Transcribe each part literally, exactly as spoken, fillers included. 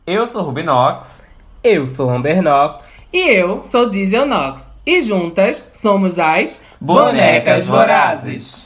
Eu sou Rubinox. Eu sou Amber Knox. E eu sou Diesel Knox. E juntas somos as Bonecas Vorazes.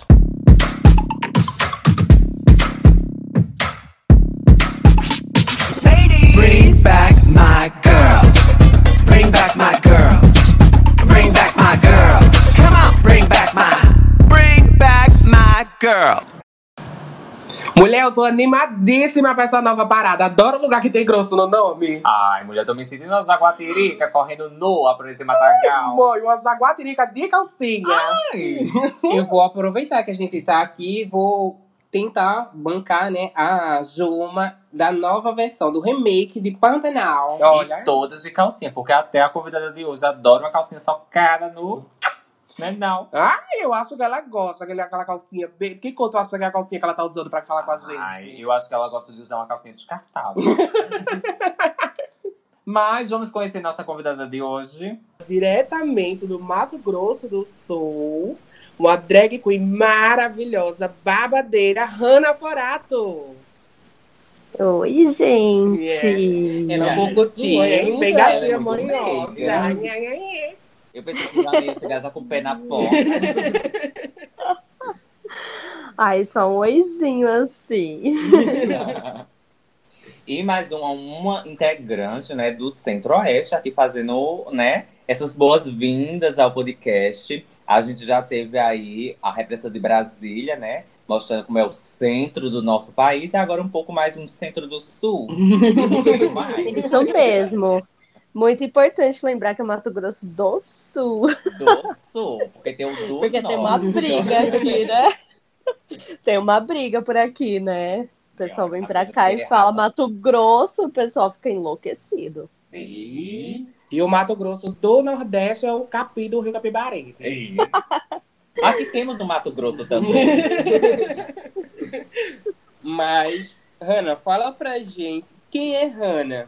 Bring back my girls. Bring back my girls. Bring back my girls. Come on, bring back my. Bring back my girl. Mulher, eu tô animadíssima pra essa nova parada. Adoro lugar que tem grosso no nome. Ai, mulher, tô me sentindo uma jaguatirica correndo nua por esse matagal. Mãe, uma jaguatirica de calcinha. Ai. Eu vou aproveitar que a gente tá aqui e vou tentar bancar, né, a Juma da nova versão, do remake de Pantanal. Olha. E todas de calcinha, porque até a convidada de hoje adora uma calcinha socada no... Né, não. Ai, eu acho que ela gosta, aquele- aquela calcinha. bem- Que cor tu acha que é a calcinha que ela tá usando pra falar com a gente? Ai, eu acho que ela gosta de usar uma calcinha descartável. Mas vamos conhecer nossa convidada de hoje. Diretamente do Mato Grosso do Sul, uma drag queen maravilhosa, babadeira, Hannah Forato. Oi, gente. Ela é um pouco Oi, tímida. bem ela é gatinha, muito manhosa. meiga. Nha, nha, nha. Eu pensei que ela ia chegar já com o pé na porta. Ai, só um oizinho assim. E mais uma, uma integrante, né, do Centro-Oeste aqui fazendo, né, essas boas-vindas ao podcast. A gente já teve aí a repressão de Brasília, né, mostrando como é o centro do nosso país, e agora um pouco mais no centro do sul. Um pouquinho mais Isso mesmo. Muito importante lembrar que é Mato Grosso do Sul. do sul, porque tem o do Porque tem uma norte. briga aqui, né? Tem uma briga por aqui, né? O pessoal vem pra cá e fala Mato Grosso, o pessoal fica enlouquecido. E... E o Mato Grosso do Nordeste é o Capi do Rio Capibaribe. e... Aqui temos no Mato Grosso também. Mas, Hannah, fala pra gente, quem é Hannah?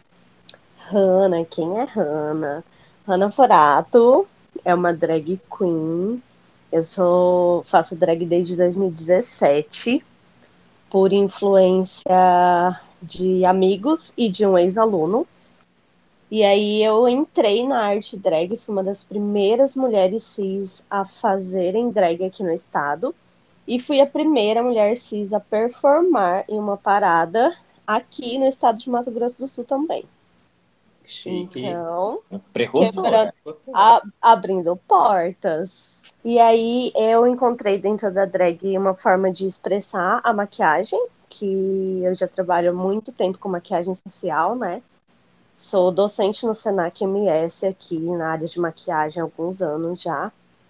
Hannah, quem é Hannah? Hannah Forato é uma drag queen. Eu sou, faço drag desde dois mil e dezessete, por influência de amigos e de um ex-aluno. E aí eu entrei na arte drag, fui uma das primeiras mulheres cis a fazerem drag aqui no estado. E fui a primeira mulher cis a performar em uma parada aqui no estado de Mato Grosso do Sul também. Chique. Então, Precursora. a- abrindo portas. E aí eu encontrei dentro da drag uma forma de expressar a maquiagem, que eu já trabalho há muito tempo com maquiagem social, né? Sou docente no Senac M S aqui na área de maquiagem há alguns anos já.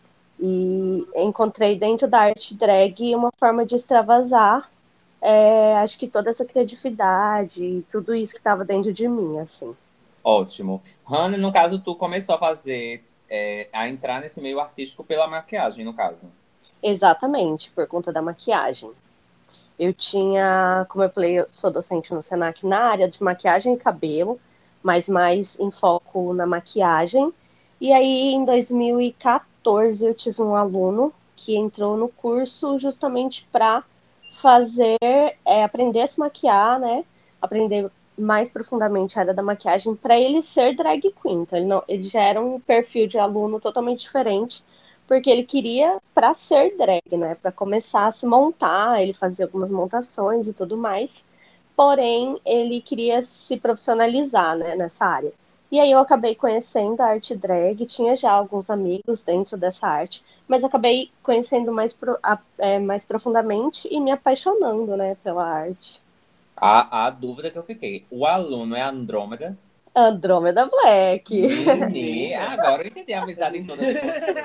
E encontrei dentro da arte drag uma forma de extravasar, é, acho que toda essa criatividade e tudo isso que estava dentro de mim, assim. Ótimo. Hannah, no caso, tu começou a fazer, é, a entrar nesse meio artístico pela maquiagem, no caso. Exatamente, por conta da maquiagem. Eu tinha, como eu falei, eu sou docente no Senac na área de maquiagem e cabelo, mas mais em foco na maquiagem. E aí, em dois mil e quatorze, eu tive um aluno que entrou no curso justamente para fazer, é, aprender a se maquiar, né? Aprender mais profundamente a área da maquiagem para ele ser drag queen. Então, ele, não, ele já era um perfil de aluno totalmente diferente, porque ele queria para ser drag, né? Para começar a se montar, ele fazia algumas montações e tudo mais. Porém, ele queria se profissionalizar, né, nessa área. E aí eu acabei conhecendo a arte drag, tinha já alguns amigos dentro dessa arte, mas acabei conhecendo mais, pro, a, é, mais profundamente e me apaixonando, né, pela arte. A, a dúvida que eu fiquei, o aluno é Andrômeda? Andrômeda Black. Menina, agora eu entendi a amizade em todas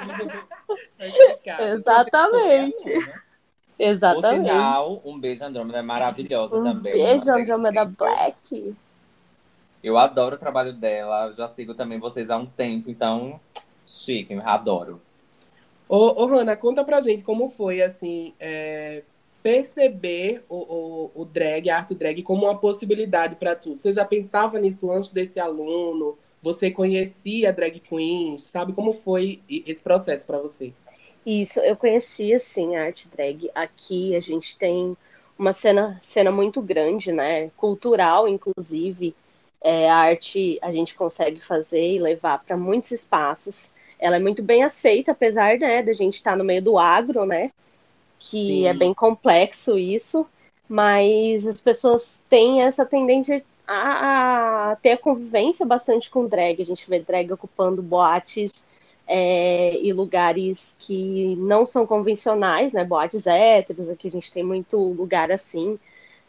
as Exatamente. Por Exatamente. sinal, um beijo, Andrômeda, é maravilhosa Um também. beijo, uma drag Andrômeda incrível. Black. Eu adoro o trabalho dela, já sigo também vocês há um tempo, então, chique, adoro. Ô, ô Hannah, conta pra gente como foi, assim, é, perceber o, o, o drag, a arte drag, como uma possibilidade pra tu. Você já pensava nisso antes desse aluno? Você conhecia drag queens? Sabe como foi i- esse processo pra você? Isso, eu conheci, assim, a arte drag. Aqui a gente tem uma cena, cena muito grande, né? Cultural, inclusive. É, a arte a gente consegue fazer e levar para muitos espaços. Ela é muito bem aceita, apesar, né, da gente estar no meio do agro, né? Que é Sim. bem complexo isso, mas as pessoas têm essa tendência a, a ter a convivência bastante com drag. A gente vê drag ocupando boates é, e lugares que não são convencionais, né? Boates héteros, aqui a gente tem muito lugar assim.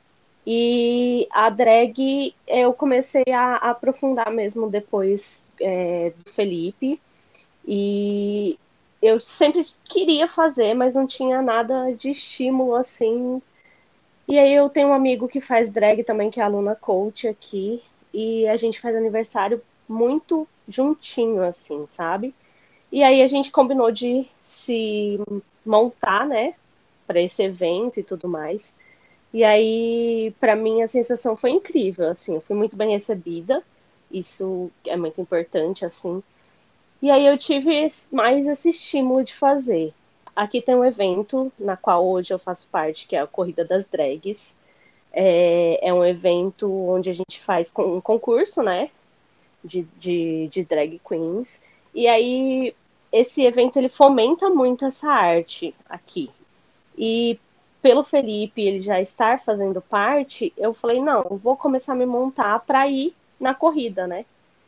E a drag eu comecei a, a aprofundar mesmo depois é, do Felipe. E eu sempre queria fazer, mas não tinha nada de estímulo assim. E aí eu tenho um amigo que faz drag também, que é aluna coach aqui, e a gente faz aniversário muito juntinho, assim, sabe? E aí a gente combinou de se montar, né, para esse evento e tudo mais. E aí, para mim, a sensação foi incrível, assim, eu fui muito bem recebida, isso é muito importante, assim. E aí eu tive mais esse estímulo de fazer. Aqui tem um evento na qual hoje eu faço parte, que é a Corrida das Drags. É, é um evento onde a gente faz um concurso, né, de, de, de drag queens. E aí esse evento ele fomenta muito essa arte aqui. E pelo Felipe ele já estar fazendo parte, eu falei, não, vou começar a me montar para ir na corrida, né?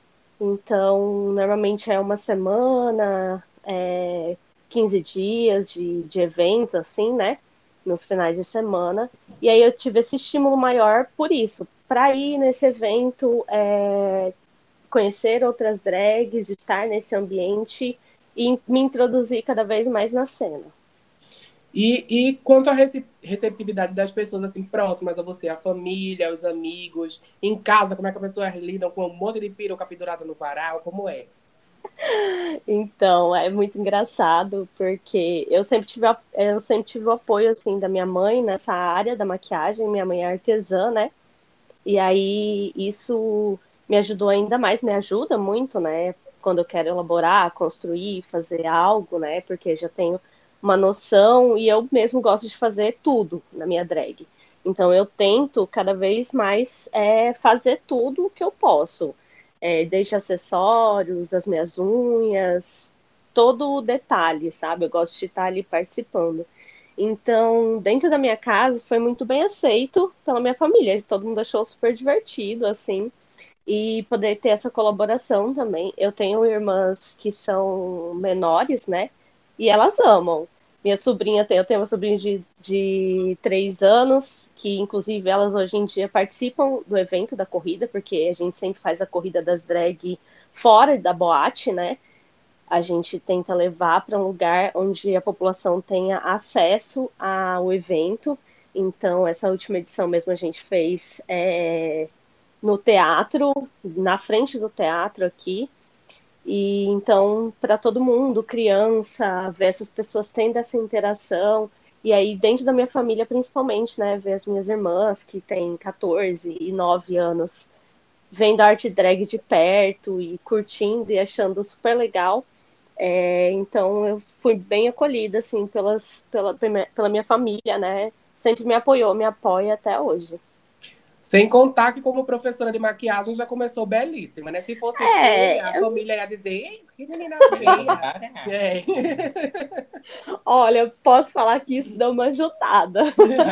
Então, normalmente é uma semana, é, quinze dias de, de evento, assim, né? Nos finais de semana. E aí eu tive esse estímulo maior por isso, para ir nesse evento, é, conhecer outras drags, estar nesse ambiente e me introduzir cada vez mais na cena. E, e quanto à rece- receptividade das pessoas assim próximas a você, a família, os amigos, em casa, como é que as pessoas lidam com um monte de peruca pendurada no varal, como é? Então, é muito engraçado, porque eu sempre tive, a- eu sempre tive o apoio, assim, da minha mãe nessa área da maquiagem. Minha mãe é artesã, né? E aí, isso me ajudou ainda mais, me ajuda muito, né? Quando eu quero elaborar, construir, fazer algo, né? Porque já tenho uma noção e eu mesmo gosto de fazer tudo na minha drag. Então, eu tento cada vez mais é, fazer tudo o que eu posso. É, desde acessórios, as minhas unhas, todo o detalhe, sabe? Eu gosto de estar ali participando. Então, dentro da minha casa, foi muito bem aceito pela minha família. Todo mundo achou super divertido, assim. E poder ter essa colaboração também. Eu tenho irmãs que são menores, né? E elas amam. Minha sobrinha tem, eu tenho uma sobrinha de, de três anos, que inclusive elas hoje em dia participam do evento da corrida, porque a gente sempre faz a corrida das drag fora da boate, né? A gente tenta levar para um lugar onde a população tenha acesso ao evento. Então, essa última edição mesmo a gente fez é, no teatro, na frente do teatro aqui. E então, para todo mundo, criança, ver essas pessoas tendo essa interação. E aí, dentro da minha família, principalmente, né, ver as minhas irmãs, que têm catorze e nove anos, vendo a arte drag de perto e curtindo e achando super legal. É, então eu fui bem acolhida assim pelas, pela, pela minha família, né? Sempre me apoiou, me apoia até hoje. Sem contar que como professora de maquiagem já começou belíssima, né? Se fosse feia, a É, família ia dizer, ei, que menina Menos feia. barato. É. olha, eu posso falar que isso deu uma ajudada.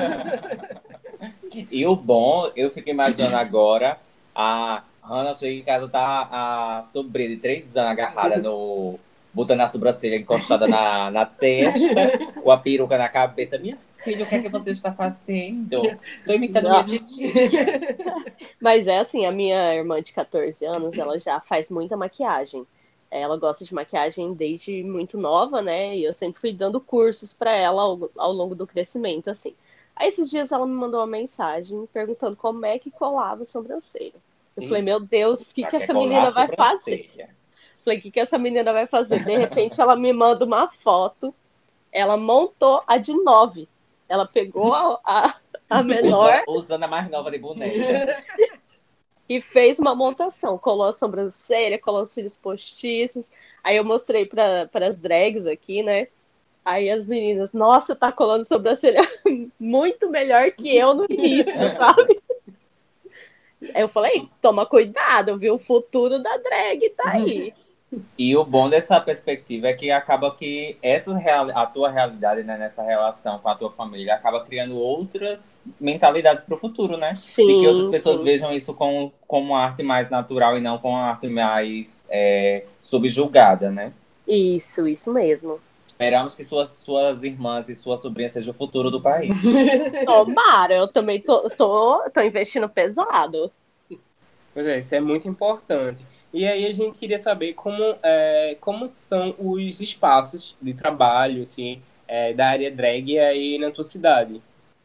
E o bom, eu fico imaginando agora, a Hannah chega em casa, tá a sobrinha de três anos agarrada no. Botando a sobrancelha encostada na, na testa, com a peruca na cabeça. Minha filha, o que é que você está fazendo? Tô imitando minha Não. titia. Mas é assim, a minha irmã de catorze anos, ela já faz muita maquiagem. Ela gosta de maquiagem desde muito nova, né? E eu sempre fui dando cursos para ela ao, ao longo do crescimento, assim. Aí esses dias ela me mandou uma mensagem perguntando como é que colava a sobrancelha. Eu falei, meu Deus, o que, Ela que quer essa colar a menina vai fazer? sobrancelha. Falei, o que, que essa menina vai fazer? De repente ela me manda uma foto, ela montou a de nove. Ela pegou a, a, a menor Usa, usando a mais nova de boneca. e fez uma montação. Colou a sobrancelha, colou os cílios postiços. Aí eu mostrei para as drags aqui, né? Aí as meninas, nossa, tá colando sobrancelha muito melhor que eu no início, sabe? Aí eu falei, toma cuidado, viu? O futuro da drag tá aí. E o bom dessa perspectiva é que acaba que essa real, a tua realidade, né, nessa relação com a tua família acaba criando outras mentalidades para o futuro, né? De que outras Sim, pessoas sim. vejam isso com, como arte mais natural e não como uma arte mais é, subjugada, né? Isso, isso mesmo. Esperamos que suas, suas irmãs e sua sobrinha sejam o futuro do país. Tomara, eu também tô, tô, tô investindo pesado. Pois é, isso é muito importante. E aí a gente queria saber como, é, como são os espaços de trabalho, assim, é, da área drag aí na tua cidade.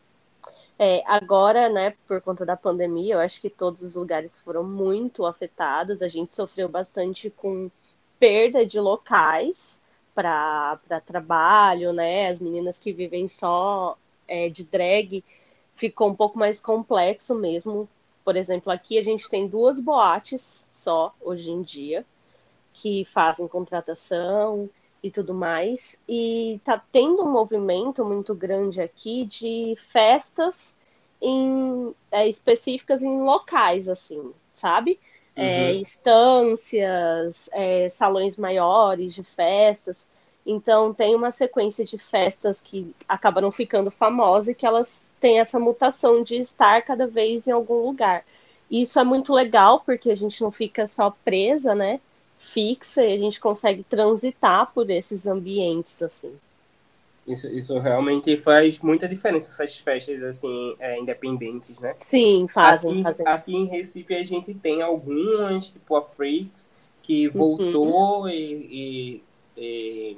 É, agora, né, por conta da pandemia, eu acho que todos os lugares foram muito afetados. A gente sofreu bastante com perda de locais para para trabalho, né? As meninas que vivem só é, de drag ficou um pouco mais complexo mesmo. Por exemplo, aqui a gente tem duas boates só hoje em dia que fazem contratação e tudo mais. E tá tendo um movimento muito grande aqui de festas em, é, específicas em locais, assim, sabe? É, Uhum. instâncias, é, salões maiores de festas. Então, tem uma sequência de festas que acabaram ficando famosas e que elas têm essa mutação de estar cada vez em algum lugar. E isso é muito legal, porque a gente não fica só presa, né? Fixa e a gente consegue transitar por esses ambientes, assim. Isso, isso realmente faz muita diferença, essas festas, assim, é, independentes, né? Sim, fazem, Aqui, fazem. aqui em Recife a gente tem algumas, tipo a Freaks, que Uhum. voltou e, e, e,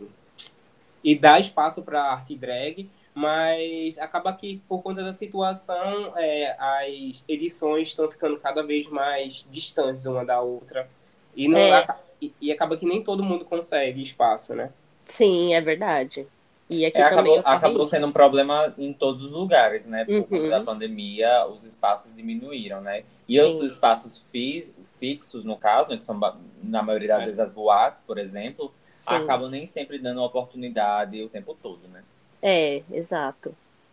e dá espaço para arte drag, mas acaba que por conta da situação é, as edições estão ficando cada vez mais distantes uma da outra e, não, É, e, e acaba que nem todo mundo consegue espaço, né? sim, é verdade. E É, aqui também acabou, ocorre acabou sendo um isso. problema em todos os lugares, né? Por conta da Uhum. pandemia, os espaços diminuíram, né? E os Sim, espaços fi- fixos, no caso, né, que são, ba- na maioria das É. vezes, as boates, por exemplo, sim. acabam nem sempre dando oportunidade o tempo todo, né? É, exato.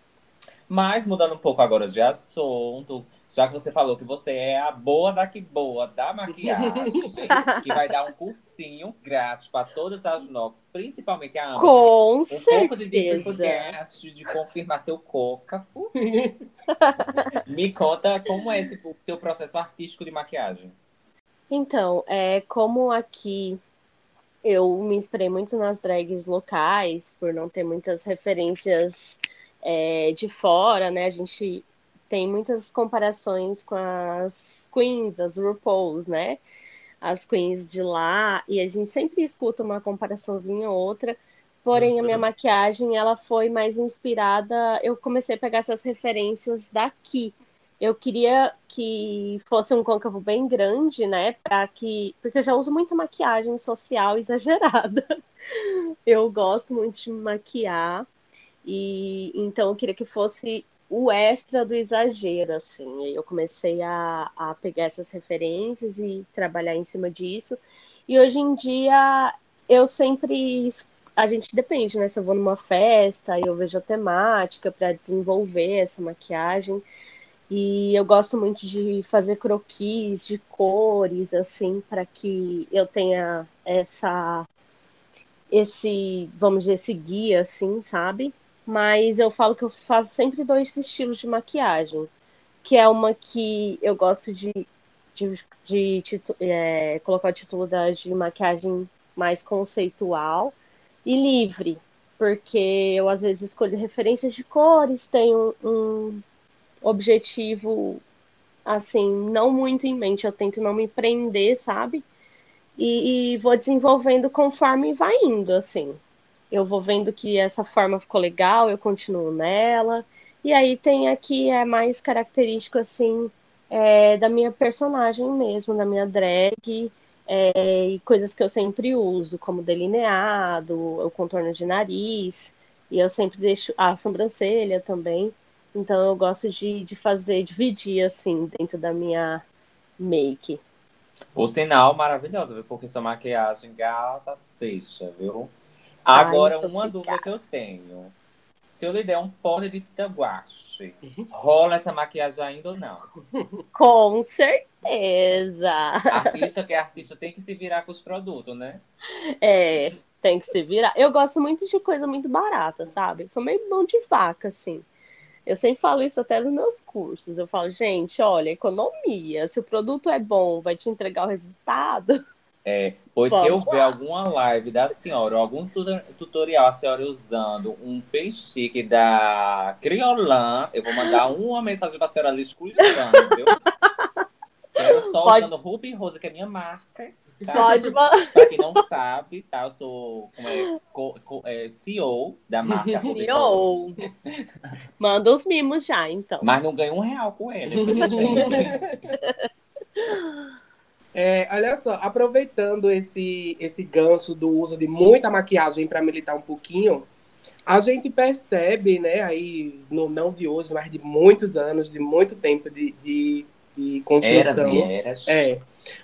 Mas, mudando um pouco agora de assunto, já que você falou que você é a boa da que boa da maquiagem, que vai dar um cursinho grátis para todas as Nox, principalmente a Amba, que tem Com um pouco de certeza. dificuldade de confirmar seu côncavo. Me conta como é esse o teu processo artístico de maquiagem. Então, é como aqui eu me inspirei muito nas drags locais, por não ter muitas referências é, de fora, né? A gente tem muitas comparações com as queens, as RuPaul's, né? As queens de lá, e a gente sempre escuta uma comparaçãozinha ou outra. Porém, a minha maquiagem, ela foi mais inspirada. Eu comecei a pegar essas referências daqui. Eu queria que fosse um côncavo bem grande, né? Para que, porque eu já uso muita maquiagem social exagerada. Eu gosto muito de me maquiar e então eu queria que fosse o extra do exagero, assim. Aí eu comecei a, a pegar essas referências e trabalhar em cima disso. E hoje em dia eu sempre a gente depende, né? Se eu vou numa festa, eu vejo a temática para desenvolver essa maquiagem. E eu gosto muito de fazer croquis de cores, assim, para que eu tenha essa, esse, vamos dizer, esse guia, assim, sabe? Mas eu falo que eu faço sempre dois estilos de maquiagem, que é uma que eu gosto de, de, de titu- é, colocar o título da, de maquiagem mais conceitual e livre, porque eu às vezes escolho referências de cores, tenho um objetivo assim, não muito em mente. Eu tento não me prender, sabe? E, e vou desenvolvendo conforme vai indo, assim. Eu vou vendo que essa forma ficou legal, eu continuo nela. E aí tem aqui é mais característico, assim, é, da minha personagem mesmo, da minha drag, é, e coisas que eu sempre uso, como delineado, o contorno de nariz, e eu sempre deixo a sobrancelha também. Então eu gosto de, de fazer, dividir, assim, dentro da minha make. Por sinal, maravilhosa, viu? Porque sua maquiagem gata fecha, viu? Agora, muito uma dúvida que obrigada. eu tenho. Se eu lhe der um pote de tinta guache, rola essa maquiagem ainda ou não? Com certeza. Artista que é artista tem que se virar com os produtos, né? É, tem que se virar. Eu gosto muito de coisa muito barata, sabe? Eu sou meio mão de vaca, assim. Eu sempre falo isso até nos meus cursos. Eu falo, gente, olha, economia. Se o produto é bom, vai te entregar o resultado. É, pois se eu Vamos ver lá. alguma live da senhora, ou algum tudo- tutorial, a senhora usando um peixe da Criolan, eu vou mandar uma mensagem pra senhora ali esculhambando, viu? Quero só Pode, usando Ruby Rose, que é minha marca, tá? pode, ma- Pra quem não sabe, tá? Eu sou como é, co- co- é, C E O da marca Ruby Rose. C E O. Manda os mimos já, então. Mas não ganho um real com ele, infelizmente. É, olha só, aproveitando esse, esse gancho do uso de muita maquiagem para militar um pouquinho, a gente percebe, né, aí, no, não de hoje, mas de muitos anos, de muito tempo de, de, de Eras e construção, eras. é,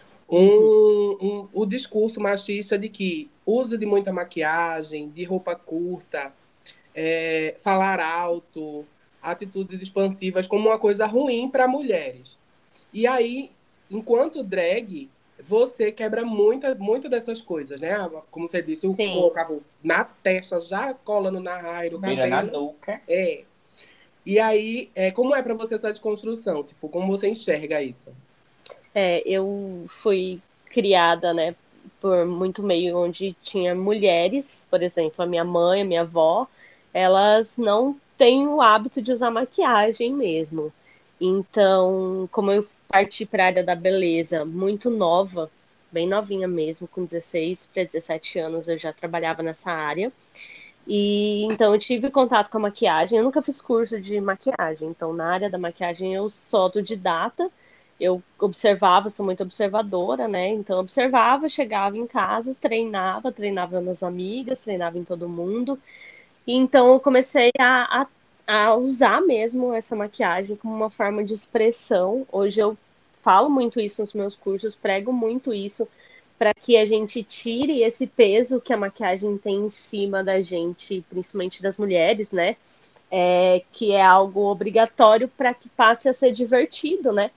um, um, o discurso machista de que uso de muita maquiagem, de roupa curta, é, falar alto, atitudes expansivas como uma coisa ruim para mulheres. E aí, enquanto drag, você quebra muita, muita dessas coisas, né? Como você disse, eu Sim. colocava na testa, já colando na raia do Vira na cabelo. nuca. É. E aí, é, como é para você essa desconstrução? Tipo, como você enxerga isso? É, eu fui criada, né, por muito meio onde tinha mulheres, por exemplo, a minha mãe, a minha avó, elas não têm o hábito de usar maquiagem mesmo. Então, como eu parti para a área da beleza muito nova, bem novinha mesmo, com dezesseis para dezessete anos eu já trabalhava nessa área. E então eu tive contato com a maquiagem. Eu nunca fiz curso de maquiagem, então na área da maquiagem eu sou autodidata. Eu observava, sou muito observadora, né? Então eu observava, chegava em casa, treinava, treinava nas amigas, treinava em todo mundo. E então eu comecei a, a, a usar mesmo essa maquiagem como uma forma de expressão. Hoje eu falo muito isso nos meus cursos, prego muito isso para que a gente tire esse peso que a maquiagem tem em cima da gente, principalmente das mulheres, né? É, que é algo obrigatório para que passe a ser divertido, né?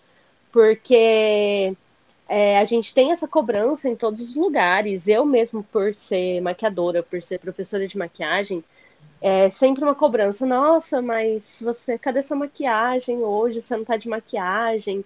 Porque é, a gente tem essa cobrança em todos os lugares. Eu mesmo, por ser maquiadora, por ser professora de maquiagem, é sempre uma cobrança. Nossa, mas você, cadê sua maquiagem hoje? Você não tá de maquiagem?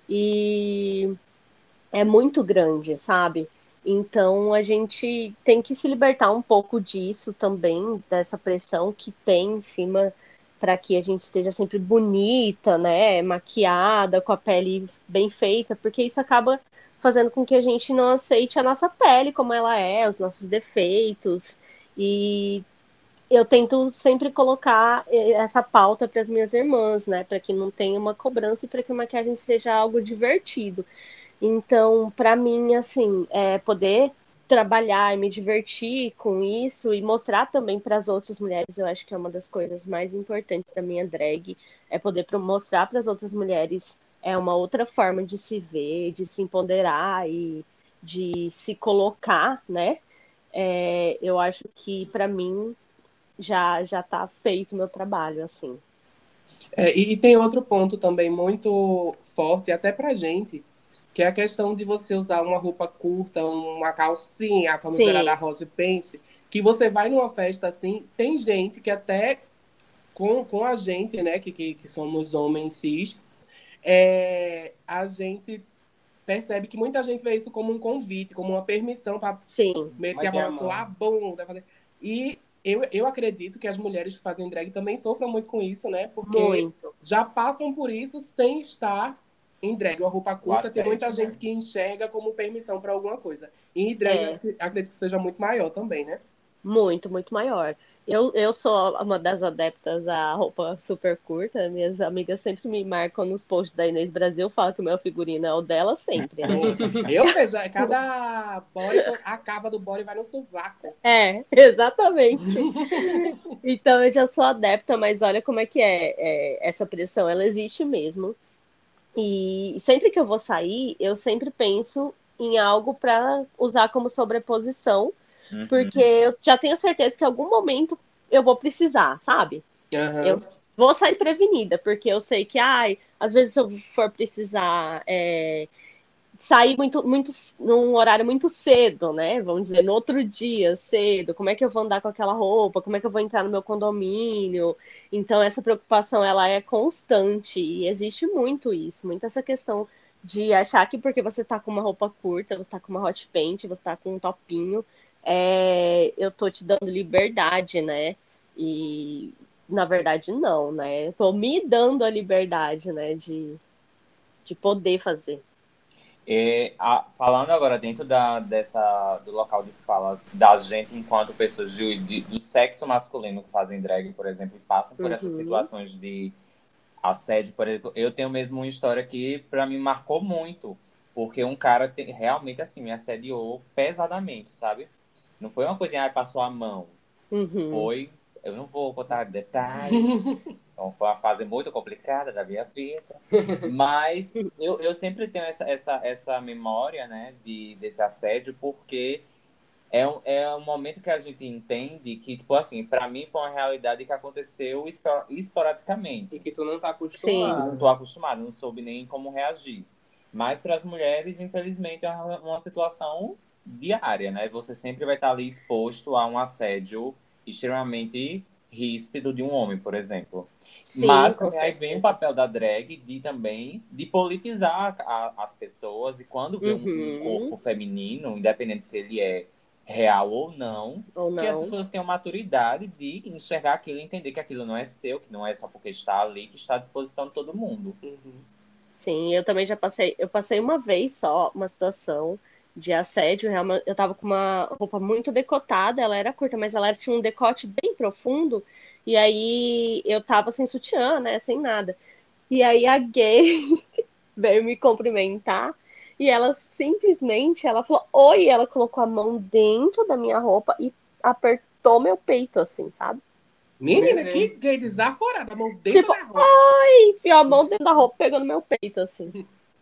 E é muito grande, sabe? Então a gente tem que se libertar um pouco disso também, dessa pressão que tem em cima para que a gente esteja sempre bonita, né? Maquiada, com a pele bem feita, porque isso acaba fazendo com que a gente não aceite a nossa pele como ela é, os nossos defeitos. E eu tento sempre colocar essa pauta para as minhas irmãs, né? Para que não tenha uma cobrança e para que a maquiagem seja algo divertido. Então, para mim, assim, é poder trabalhar e me divertir com isso e mostrar também para as outras mulheres, eu acho que é uma das coisas mais importantes da minha drag, é poder pro- mostrar para as outras mulheres é uma outra forma de se ver, de se empoderar e de se colocar, né? É, eu acho que para mim já já tá feito o meu trabalho, assim. É, e, e tem outro ponto também muito forte, até pra gente, que é a questão de você usar uma roupa curta, uma calcinha, a famigerada Sim, Rose Pence, que você vai numa festa assim, tem gente que até com, com a gente, né, que, que, que somos homens cis, é, a gente percebe que muita gente vê isso como um convite, como uma permissão para sim, meter a Meter mão a na sua mão. bunda. Fazer... E eu, eu acredito que as mulheres que fazem drag também sofram muito com isso, né? Porque muito. já passam por isso sem estar em drag. Uma roupa O curta, tem muita assédio, gente né? que enxerga como permissão para alguma coisa. E em drag, eu É. acho que- acredito que seja muito maior também, né? Muito, muito maior. Eu, eu sou uma das adeptas à roupa super curta. Minhas amigas sempre me marcam nos posts da Inês Brasil, falam que o meu figurino é o dela sempre, né? Eu vejo, cada body, a cava do body vai no sovaco. É, exatamente. Então eu já sou adepta, mas olha como é que é, é, essa pressão, ela existe mesmo. E sempre que eu vou sair, eu sempre penso em algo para usar como sobreposição, Uhum. porque eu já tenho certeza que em algum momento eu vou precisar, sabe? Aham. Eu vou sair prevenida, porque eu sei que, ai, às vezes eu for precisar é, sair muito, muito, num horário muito cedo, né? Vamos dizer, no outro dia, cedo, como é que eu vou andar com aquela roupa? Como é que eu vou entrar no meu condomínio? Então, essa preocupação, ela é constante e existe muito isso, muito essa questão de achar que porque você tá com uma roupa curta, você tá com uma hot pant, você tá com um topinho, é, eu tô te dando liberdade, né? E, na verdade, não, né? Eu tô me dando a liberdade, né, de, de poder fazer. E, a- falando agora dentro da, dessa, do local de fala da gente enquanto pessoas de, de- do sexo masculino que fazem drag, por exemplo, e passam por essas Uhum. situações de assédio, por exemplo, eu tenho mesmo uma história que pra mim marcou muito, porque um cara te- realmente assim me assediou pesadamente, sabe? Não foi uma coisinha, ah, passou a mão. Uhum. Foi, eu não vou contar detalhes, então foi uma fase muito complicada da minha vida, mas eu, eu sempre tenho essa, essa, essa memória, né, de, desse assédio, porque é um, é um momento que a gente entende que, tipo assim, pra mim foi uma realidade que aconteceu espor- esporadicamente. E que tu não tá Eu acostumado. não tô acostumado, não soube nem como reagir. Mas para as mulheres, infelizmente, é uma uma situação diária, né? Você sempre vai estar ali exposto a um assédio extremamente ríspido de um homem, por exemplo. Sim, Mas com também aí vem o certeza. papel da drag de também de politizar a- as pessoas e quando vê um, um Uhum. corpo feminino, independente se ele é real ou não, Ou que as não. pessoas tenham maturidade de enxergar aquilo e entender que aquilo não é seu, que não é só porque está ali, que está à disposição de todo mundo. Uhum. Sim, eu também já passei. Eu passei uma vez só uma situação de assédio. Realmente, eu tava com uma roupa muito decotada, ela era curta, mas ela tinha um decote bem profundo. E aí eu tava sem sutiã, né? Sem nada. E aí a gay veio me cumprimentar. E ela simplesmente, ela falou, oi, ela colocou a mão dentro da minha roupa e apertou meu peito, assim, sabe? Menina, Meu que Deus. gay desaforada, a mão dentro Tipo, da roupa. enfiou a mão dentro da roupa, pegando meu peito, assim.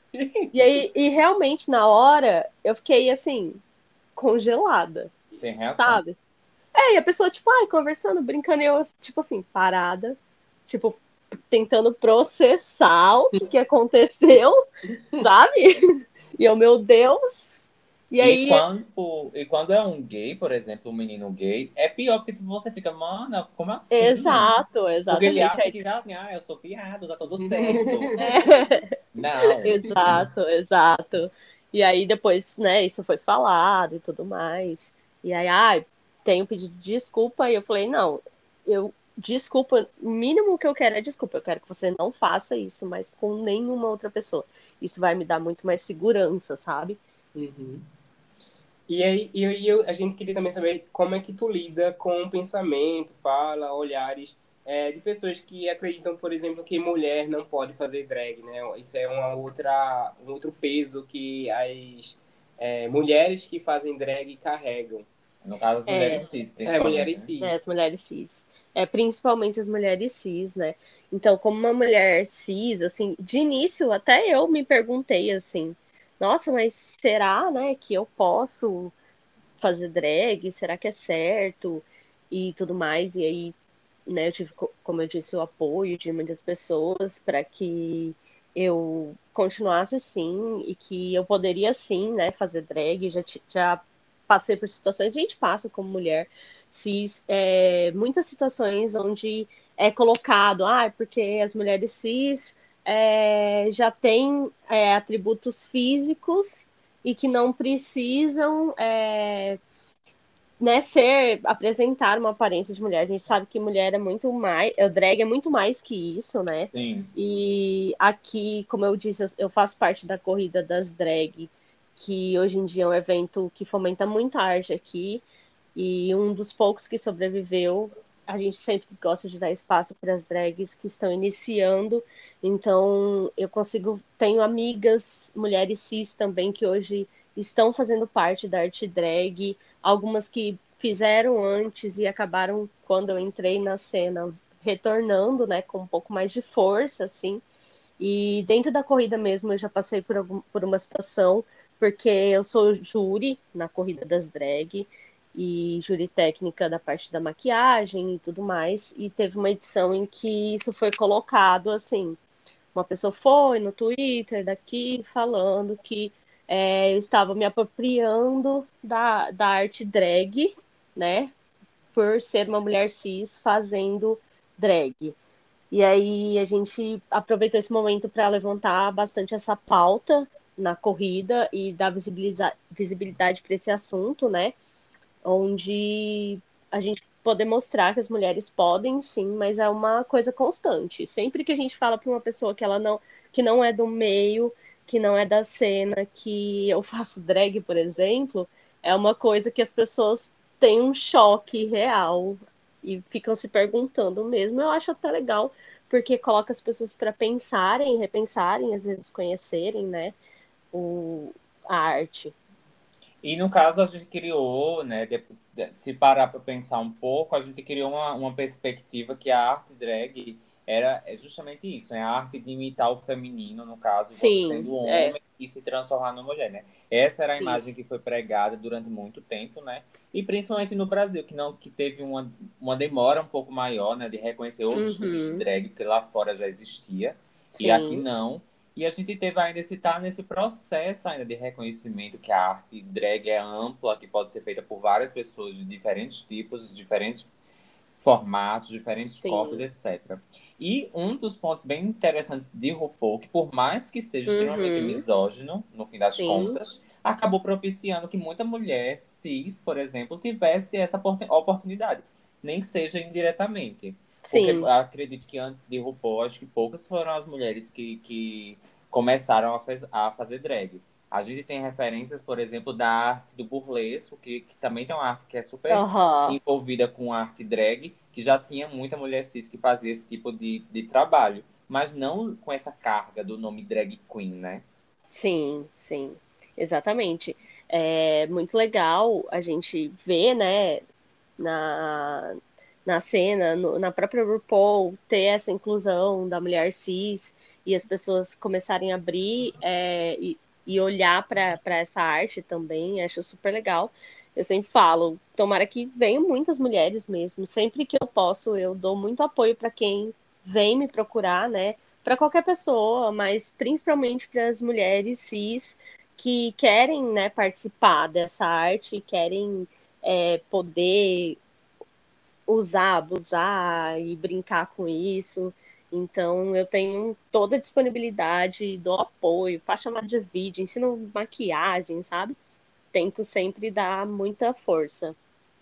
E aí, e realmente, na hora, eu fiquei, assim, congelada, Sem reação. sabe? É, e a pessoa, tipo, ai, conversando, brincando, e eu, tipo assim, parada, tipo, tentando processar o que que aconteceu, sabe? E eu, meu Deus. E E aí, quando, e quando é um gay, por exemplo, um menino gay, é pior porque tipo, você fica, mano, como assim? exato, Porque ele exatamente. acha Aí, que já, ah, eu sou viado, tá tudo certo. é, Não. exato, exato. E aí depois, né, isso foi falado e tudo mais. E aí, ah, tenho pedido desculpa e eu falei, não, eu desculpa, o mínimo que eu quero é desculpa. Eu quero que você não faça isso, mas com nenhuma outra pessoa. Isso vai me dar muito mais segurança, sabe? Uhum. E aí, e aí eu- a gente queria também saber como é que tu lida com o pensamento, fala, olhares é, de pessoas que acreditam, por exemplo, que mulher não pode fazer drag, né? Isso é uma outra, um outro peso que as é, mulheres que fazem drag carregam. No caso, as mulheres É, cis, É, principalmente, mulheres né? né, as cis. mulheres cis. É, principalmente as mulheres cis, né? Então, como uma mulher cis, assim, de início até eu me perguntei assim, nossa, mas será, né, que eu posso fazer drag? Será que é certo? E tudo mais. E aí, né, eu tive, co- como eu disse, o apoio de muitas pessoas para que eu continuasse assim e que eu poderia sim, né, fazer drag. Já, ti- já passei por situações, a gente passa como mulher cis, é, muitas situações onde é colocado, ah, porque as mulheres cis é, já têm é, atributos físicos e que não precisam é, né, ser, apresentar uma aparência de mulher. A gente sabe que mulher é muito mais, o drag é muito mais que isso, né? Sim. E aqui, como eu disse, eu faço parte da corrida das drag, que hoje em dia é um evento que fomenta muito a arte aqui, e um dos poucos que sobreviveu. A gente sempre gosta de dar espaço para as drags que estão iniciando, então eu consigo, tenho amigas, mulheres cis também, que hoje estão fazendo parte da arte drag, algumas que fizeram antes e acabaram, quando eu entrei na cena, retornando, né, com um pouco mais de força, assim. E dentro da corrida mesmo, eu já passei por, algum, por uma situação, porque eu sou júri na corrida das drag, e júri técnica da parte da maquiagem e tudo mais. E teve uma edição em que isso foi colocado assim. Uma pessoa foi no Twitter daqui falando que é, eu estava me apropriando da, da arte drag, né? Por ser uma mulher cis fazendo drag. E aí a gente aproveitou esse momento para levantar bastante essa pauta na corrida e dar visibilidade para esse assunto, né? Onde a gente poder mostrar que as mulheres podem sim, mas é uma coisa constante. Sempre que a gente fala para uma pessoa que ela não, que não é do meio, que não é da cena, que eu faço drag, por exemplo, é uma coisa que as pessoas têm um choque real e ficam se perguntando mesmo. Eu acho até legal, porque coloca as pessoas para pensarem, repensarem, às vezes conhecerem, né, o, a arte. E no caso a gente criou, né, de, de, se parar para pensar um pouco, a gente criou uma, uma perspectiva que a arte drag era é justamente isso, é a arte de imitar o feminino, no caso, você Sim, sendo é, homem e se transformar numa mulher, né? Essa era a sim, imagem que foi pregada durante muito tempo, né? E principalmente no Brasil, que não que teve uma, uma demora um pouco maior, né, de reconhecer outros tipos de uhum, drag, porque lá fora já existia, e aqui sim, não. E a gente teve ainda esse tá nesse processo ainda de reconhecimento que a arte drag é ampla, que pode ser feita por várias pessoas de diferentes tipos, de diferentes formatos, diferentes corpos, sim, etcétera. E um dos pontos bem interessantes de RuPaul, que por mais que seja extremamente uhum, misógino, no fim das sim, contas, acabou propiciando que muita mulher cis, por exemplo, tivesse essa opor- oportunidade, nem que seja indiretamente. Porque eu sim, acredito que antes de RuPaul, acho que poucas foram as mulheres que, que começaram a, fez, a fazer drag. A gente tem referências, por exemplo, da arte do burlesco, que, que também tem uma arte que é super aham, envolvida com arte drag, que já tinha muita mulher cis que fazia esse tipo de, de trabalho, mas não com essa carga do nome drag queen, né? sim, sim, exatamente. É muito legal a gente ver, né, na, na cena, no- na própria RuPaul, ter essa inclusão da mulher cis e as pessoas começarem a abrir é, e, e olhar para para essa arte também, acho super legal. Eu sempre falo, tomara que venham muitas mulheres mesmo. Sempre que eu posso, eu dou muito apoio para quem vem me procurar, né? Para qualquer pessoa, mas principalmente para as mulheres cis que querem, né, participar dessa arte, querem é, poder usar, abusar e brincar com isso. Então, eu tenho toda a disponibilidade, dou apoio, faço chamada de vídeo, ensino maquiagem, sabe? Tento sempre dar muita força.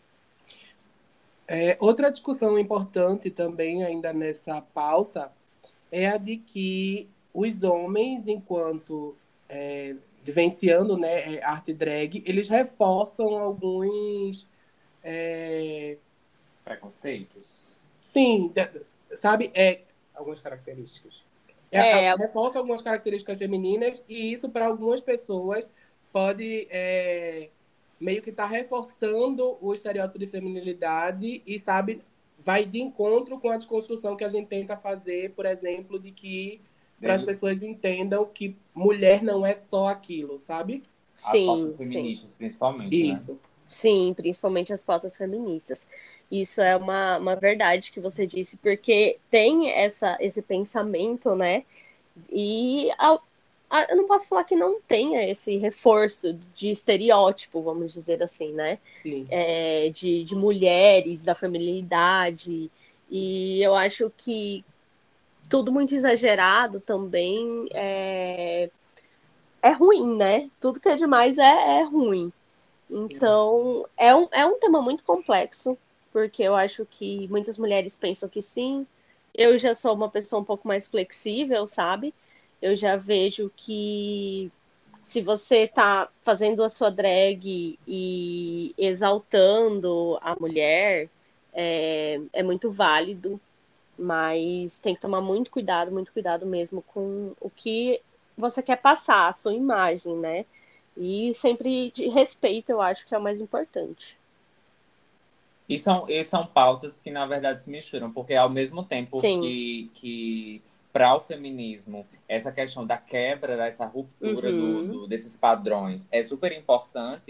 É, outra discussão importante também, ainda nessa pauta, é a de que os homens, enquanto é, vivenciando, né, é, arte drag, eles reforçam alguns. É, Preconceitos. sim, sabe? É, Algumas características. é, É, reforça algumas características femininas e isso, para algumas pessoas, pode é, meio que estar tá reforçando o estereótipo de feminilidade e, sabe, vai de encontro com a desconstrução que a gente tenta fazer, por exemplo, de que para as Dele, pessoas entendam que mulher não é só aquilo, sabe? as pautas sim, sim. feministas, principalmente, né? Isso. Sim, principalmente as pautas feministas. Isso é uma, uma verdade que você disse, porque tem essa, esse pensamento, né? E a, a, eu não posso falar que não tenha esse reforço de estereótipo, vamos dizer assim, né? Sim. É, de, de mulheres, da feminilidade. E eu acho que tudo muito exagerado também é, é ruim, né? Tudo que é demais é, é ruim. Então, é um, é um tema muito complexo, porque eu acho que muitas mulheres pensam que sim. Eu já sou uma pessoa um pouco mais flexível, sabe? Eu já vejo que se você tá fazendo a sua drag e exaltando a mulher, é, é muito válido, mas tem que tomar muito cuidado, muito cuidado mesmo com o que você quer passar, a sua imagem, né? E sempre de respeito, eu acho que é o mais importante. E são, e são pautas que, na verdade, se misturam, porque ao mesmo tempo Sim. que, que para o feminismo, essa questão da quebra, dessa ruptura do, Uhum. do, desses padrões é super importante,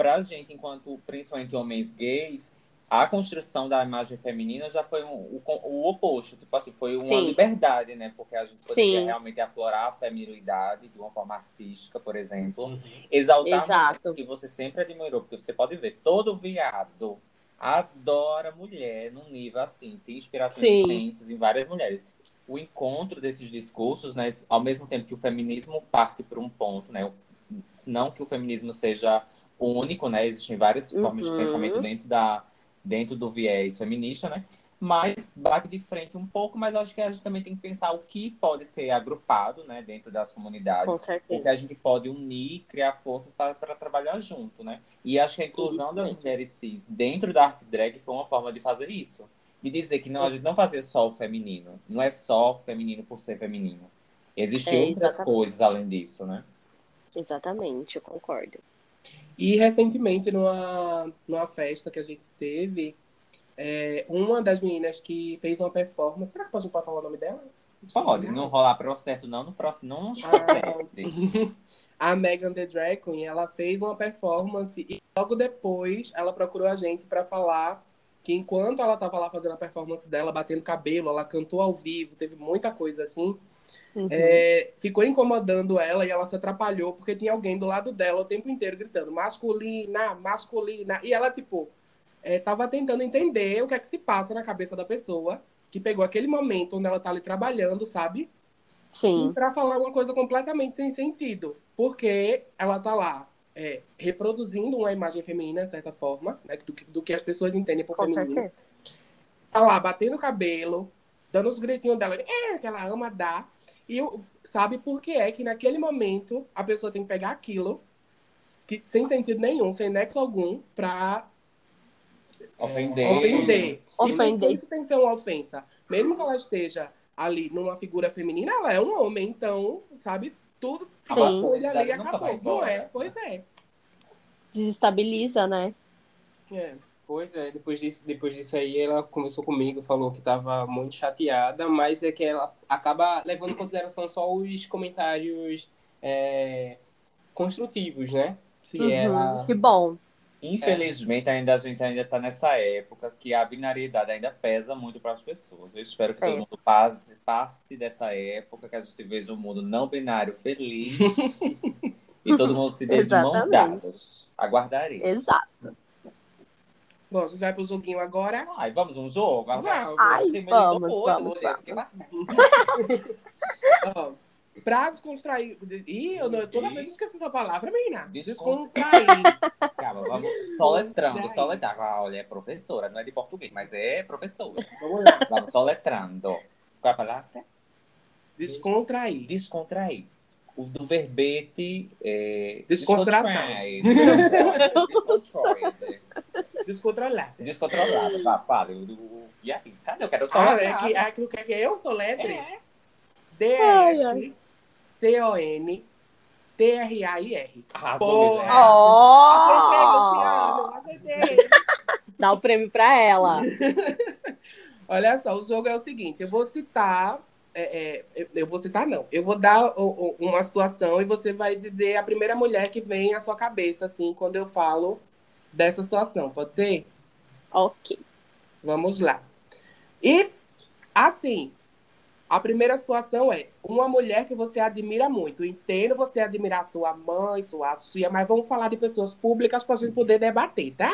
pra gente, enquanto principalmente homens gays, a construção da imagem feminina já foi um, o, o oposto. Tipo assim, foi uma Sim. liberdade, né? Porque a gente poderia Sim. realmente aflorar a feminilidade de uma forma artística, por exemplo. Uhum. Exaltar Exato. mulheres que você sempre admirou. Porque você pode ver, todo viado adora mulher num nível assim. Tem inspirações Sim. imensas em várias mulheres. O encontro desses discursos, né? Ao mesmo tempo que o feminismo parte por um ponto, né? Não que o feminismo seja único, né? Existem várias formas de pensamento Uhum. dentro da dentro do viés feminista, né? Mas bate de frente um pouco, mas acho que a gente também tem que pensar o que pode ser agrupado, né, dentro das Com comunidades, o que a certeza. gente pode unir, criar forças para trabalhar junto, né? E acho que a inclusão Isso das mesmo. mulheres cis dentro da arte drag foi uma forma de fazer isso. De dizer que não, a gente não fazia só o feminino. Não é só feminino por ser feminino. Existem É, outras exatamente. coisas além disso, né? Exatamente, eu concordo. E recentemente, numa, numa festa que a gente teve, é, uma das meninas que fez uma performance. Será que a gente pode falar o nome dela? Pode, não rolar processo, não, no próximo, não nos Ah, processe. a Megan Thee Drag Queen, ela fez uma performance e logo depois ela procurou a gente para falar que enquanto ela estava lá fazendo a performance dela, batendo cabelo, ela cantou ao vivo, teve muita coisa assim, Uhum. é, ficou incomodando ela e ela se atrapalhou porque tinha alguém do lado dela o tempo inteiro gritando masculina, masculina. E ela, tipo, é, tava tentando entender o que é que se passa na cabeça da pessoa que pegou aquele momento onde ela tá ali trabalhando, sabe? E Sim, para falar uma coisa completamente sem sentido, porque ela tá lá é, reproduzindo uma imagem feminina, de certa forma, né, do, que- do que as pessoas entendem por com feminino. certeza. Tá lá batendo cabelo, dando os gritinhos dela, é, que ela ama dar. E eu- sabe por que é que naquele momento a pessoa tem que pegar aquilo, que, sem sentido nenhum, sem nexo algum, pra Ofender. ofender. E nem por Ofender. isso tem que ser uma ofensa. Mesmo que ela esteja ali numa figura feminina, ela é um homem, então, sabe, tudo se Sim. foi ali e Nunca vai acabou. Não é? embora. Pois é. Desestabiliza, né? É. Pois é, depois disso, depois disso aí ela conversou comigo, falou que estava muito chateada, mas é que ela acaba levando em consideração só os comentários é, construtivos, né? Sim. Que Uhum. ela... Que bom. Infelizmente, ainda, a gente ainda está nessa época que a binariedade ainda pesa muito para as pessoas. Eu espero que todo Pesa. mundo passe, passe dessa época, que a gente veja um mundo não binário feliz e todo mundo se dê de mãos Exatamente. dadas. Aguardarei. Exato. Bom, você vai pro joguinho agora? Ai, vamos um jogo? Vamos. Ai, Você me ligou vamos, muito, vamos, eu fiquei vamos. bastante. Ó, pra descontrair. Ih, eu, não, toda vez eu esqueço essa palavra, menina. Descon- Descontrair. Calma, vamos soletrando, Descontrair. soletrar. Ah, olha, é professora, não é de português, mas é professora. Vamos lá. Vamos soletrando. Qual é a palavra? Descontrair. Descontrair. O do verbete é... Descontração. descontrair. Descontrair. Descontrolar. Descontrolado. Vá, fale. O do- E aí? Cadê? Eu quero Ah, soletrar. é que, é que, quer que eu soletre? É. D Ai, S C O N T R A I R. Arrasou, Porra! mulher. Acertei, Luciano, acertei. Dá o prêmio pra ela. Olha só, o jogo é o seguinte, eu vou citar, é, é, eu- eu vou citar não, eu vou dar o- o- uma situação e você vai dizer a primeira mulher que vem à sua cabeça, assim, quando eu falo dessa situação, pode ser? Ok. Vamos lá. E, assim, a primeira situação é uma mulher que você admira muito. Entendo você admirar sua mãe, sua tia, mas vamos falar de pessoas públicas para a gente poder debater, tá?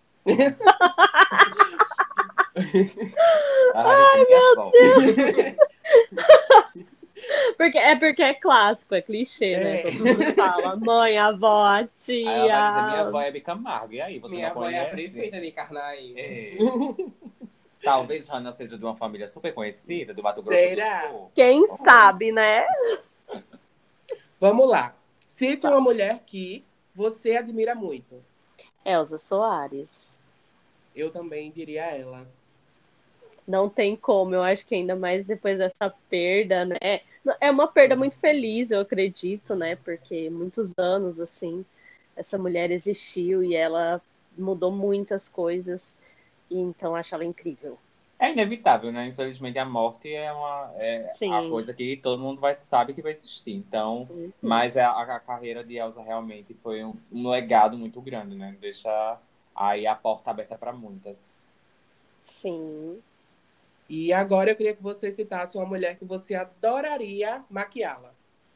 Ai, meu Deus. Porque, é porque é clássico, é clichê, né? É. Todo mundo fala mãe, avó, Aí ela vai dizer, minha tia. avó é Hebe Camargo. E aí, você Minha não avó é a conhece? prefeita de Carnaí. É. Talvez Hannah seja de uma família super conhecida, do Mato Grosso Será? do Sul. Quem sabe, né? Vamos lá. Cite uma mulher que você admira muito. Elza Soares. Eu também diria ela. Não tem como, eu acho que ainda mais depois dessa perda, né? É uma perda muito feliz, eu acredito, né? Porque muitos anos, assim, essa mulher existiu e ela mudou muitas coisas. E então acho ela incrível. É inevitável, né? Infelizmente, a morte é uma é Sim. a coisa que todo mundo vai sabe que vai existir. Então, Uhum. mas a, a carreira de Elsa realmente foi um, um legado muito grande, né? Deixa aí a porta aberta para muitas. Sim. E agora eu queria que você citasse uma mulher que você adoraria maquiá-la.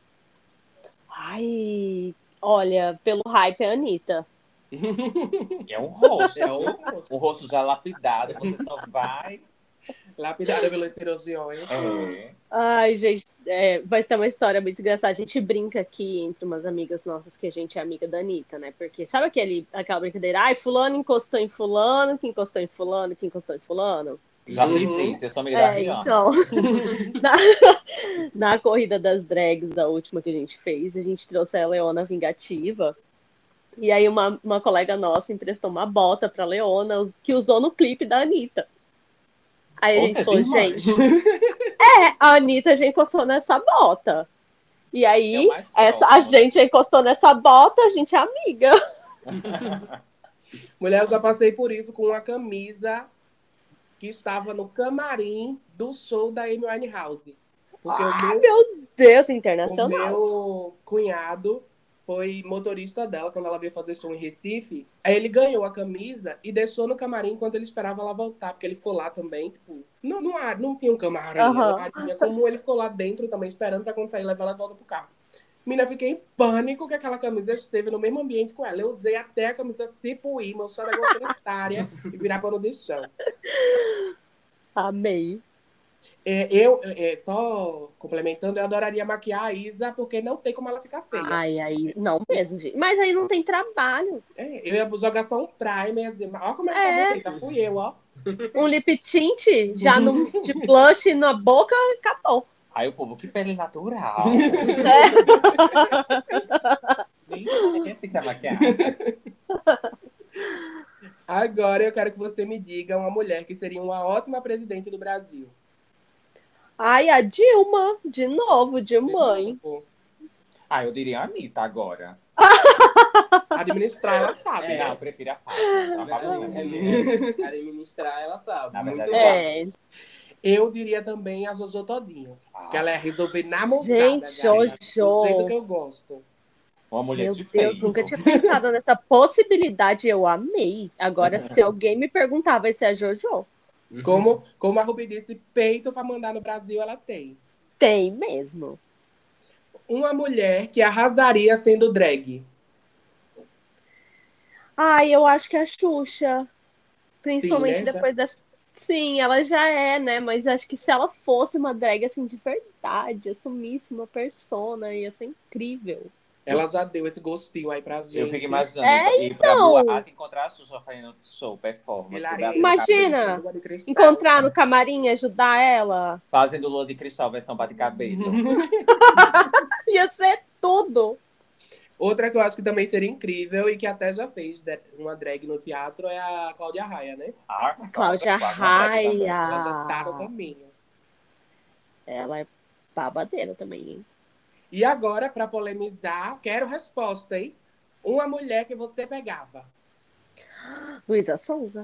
Ai, olha, pelo hype é a Anitta. É um rosto, É o viu? rosto. O rosto já lapidado, você só vai. Lapidada pelas cirurgiões. É. Ai, gente, é, vai ser uma história muito engraçada. A gente brinca aqui entre umas amigas nossas que a gente é amiga da Anitta, né? Porque sabe aquele, aquela brincadeira? Ai, fulano encostou em fulano, que encostou em fulano, que encostou em fulano? Já Uhum. fiz isso, eu sou amiga da É, Rihanna. então, na, na corrida das drags, a última que a gente fez, a gente trouxe a Leona Vingativa. E aí uma, uma colega nossa emprestou uma bota pra Leona, us- que usou no clipe da Anitta. Aí a Ou gente seja, falou, irmãs. gente, é, a Anitta já encostou nessa bota. E É o aí, mais essa, a próximo, né? gente já encostou nessa bota, a gente é amiga. Mulher, eu já passei por isso com uma camisa que estava no camarim do show da Amy Winehouse. Porque o meu, Meu Deus, o internacional. meu cunhado foi motorista dela quando ela veio fazer show em Recife. Aí ele ganhou a camisa e deixou no camarim enquanto ele esperava ela voltar, porque ele ficou lá também, tipo, não, não, há- não tinha um camarim, Aham. era uma areia comum, ele ficou lá dentro também esperando pra quando sair levar ela de volta pro carro. Mina, fiquei em pânico que aquela camisa esteve no mesmo ambiente com ela. Eu usei até a camisa se puir, manchar negócio sanitária e virar pano de chão. Amei. É, eu, é, só complementando, eu adoraria maquiar a Isa, porque não tem como ela ficar feia. Ai, aí, não mesmo, gente. Mas aí não tem trabalho. É, eu ia jogar só um primer, ia dizer, ó como ela É. tá bonita, fui eu, ó. Um lip tint, já no, de blush na boca, acabou. Aí o povo, que pele natural. Nem parece que tá maquiada. Agora eu quero que você me diga uma mulher que seria uma ótima presidente do Brasil. Ai, a Dilma, de novo, de mãe. Pô, Ah, eu diria a Anitta agora. administrar, ela sabe, É. Não, né? eu prefiro a Pablo. A Pablo não. É mesmo. Administrar, ela sabe. Na Muito verdade, bom. É, Eu diria também a Jojo Todinho. Ah, Que ela ia resolver na moçada, gente, galera. Do Jojo. jeito que eu gosto. uma mulher Meu de Deus, peito. nunca tinha pensado nessa possibilidade. Eu amei. Agora, se alguém me perguntar, vai ser a Jojo. Como, como a Ruby disse, peito pra mandar no Brasil ela tem. Tem mesmo. Uma mulher que arrasaria sendo drag. Ai, eu acho que é a Xuxa. Principalmente Sim, né? depois das. Sim, ela já é, né? Mas acho que se ela fosse uma drag assim de verdade, assumisse uma persona, ia ser incrível. Ela já deu esse gostinho aí pra gente. Eu fico imaginando É, ir pra então. boate e encontrar a Xuxa fazendo show, performance. Hilaria, Imagina. Lua de Cristal. Encontrar no camarim, ajudar ela. Fazendo Lua de Cristal, versão bate-cabelo. Ia ser tudo. Outra que eu acho que também seria incrível e que até já fez de- uma drag no teatro é a Cláudia Raia, né? Ah, Cláudia quase uma drag também. Raia. Ela já tá no caminho. Ela é babadeira também, hein? E agora, pra polemizar, quero resposta, hein? Uma mulher que você pegava. Luísa Sonza.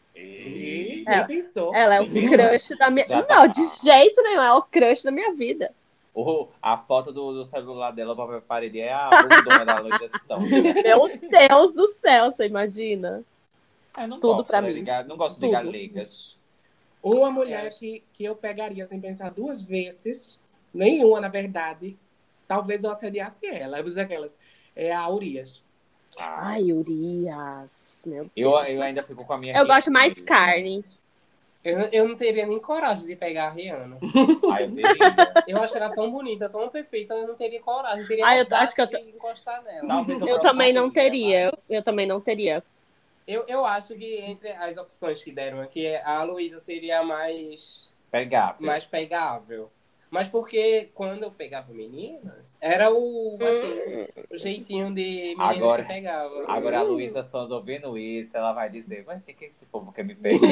E E... nem É. pensou. Ela é o Isso. crush da minha. Já Não, tá. de jeito nenhum. Ela é o crush da minha vida. Oh, a foto do, do celular dela pra parede é a bundona da Luísa Sonza. Meu Deus do céu, você imagina? É, não Tudo gosto, pra né, mim. de ga- não gosto Tudo. de galegas. Uma mulher É. que, que eu pegaria sem pensar duas vezes, nenhuma, na verdade, talvez eu assediasse ela. Eu vou dizer aquelas. É a Urias. Ah, Ai, Urias. Meu Deus. eu, eu ainda fico com a minha... Eu gosto mais Rihanna. carne. Eu, eu não teria nem coragem de pegar a Rihanna. Ah, eu teria. Eu acho ela tão bonita, tão perfeita, eu não teria coragem. Eu teria Ah, eu audácia acho que eu de encostar nela. Talvez Eu gostaria, também não teria. Eu, mas- eu também não teria. Eu, eu acho que entre as opções que deram aqui, a Luísa seria a mais, Pegável. mais pegável. Mas porque quando eu pegava meninas, era o, assim, o jeitinho de meninas Agora- que pegava. Agora a Hum. Luísa Sonza ouvindo isso, ela vai dizer, mas o que, que esse povo quer me pegar?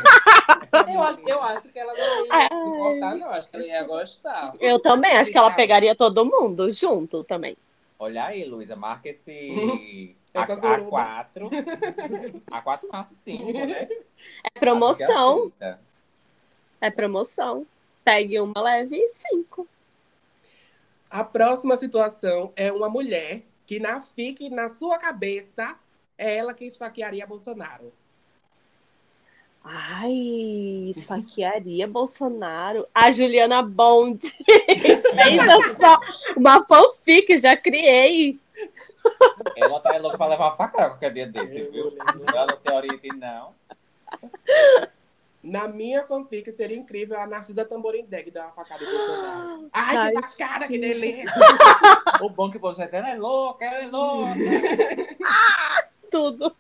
Eu acho, eu acho que ela não ia Ai. se importar, não. Acho que ela ia gostar. Eu também. Acho que ela pegaria todo mundo junto também. Olha aí, Luísa, marca esse A, Essa suruba. A quatro. A quatro não, a cinco, né? É promoção. Aceita. É promoção. Pegue uma, leve cinco. A próxima situação é uma mulher que na, fique na sua cabeça é ela que esfaquearia Bolsonaro. Ai, esfaquearia Bolsonaro. A Juliana Bond. Pensa só. Uma fanfic, já criei. Ela tá louca pra levar uma facada qualquer dia desse, viu? Ela não se oriente, não. Na minha fanfic seria incrível a Narcisa Tamborindeg dar uma facada em Bolsonaro. Ai, Ai, que facada, que delícia! O bom que o Bolsonaro ela é louca, ela é louca. tudo.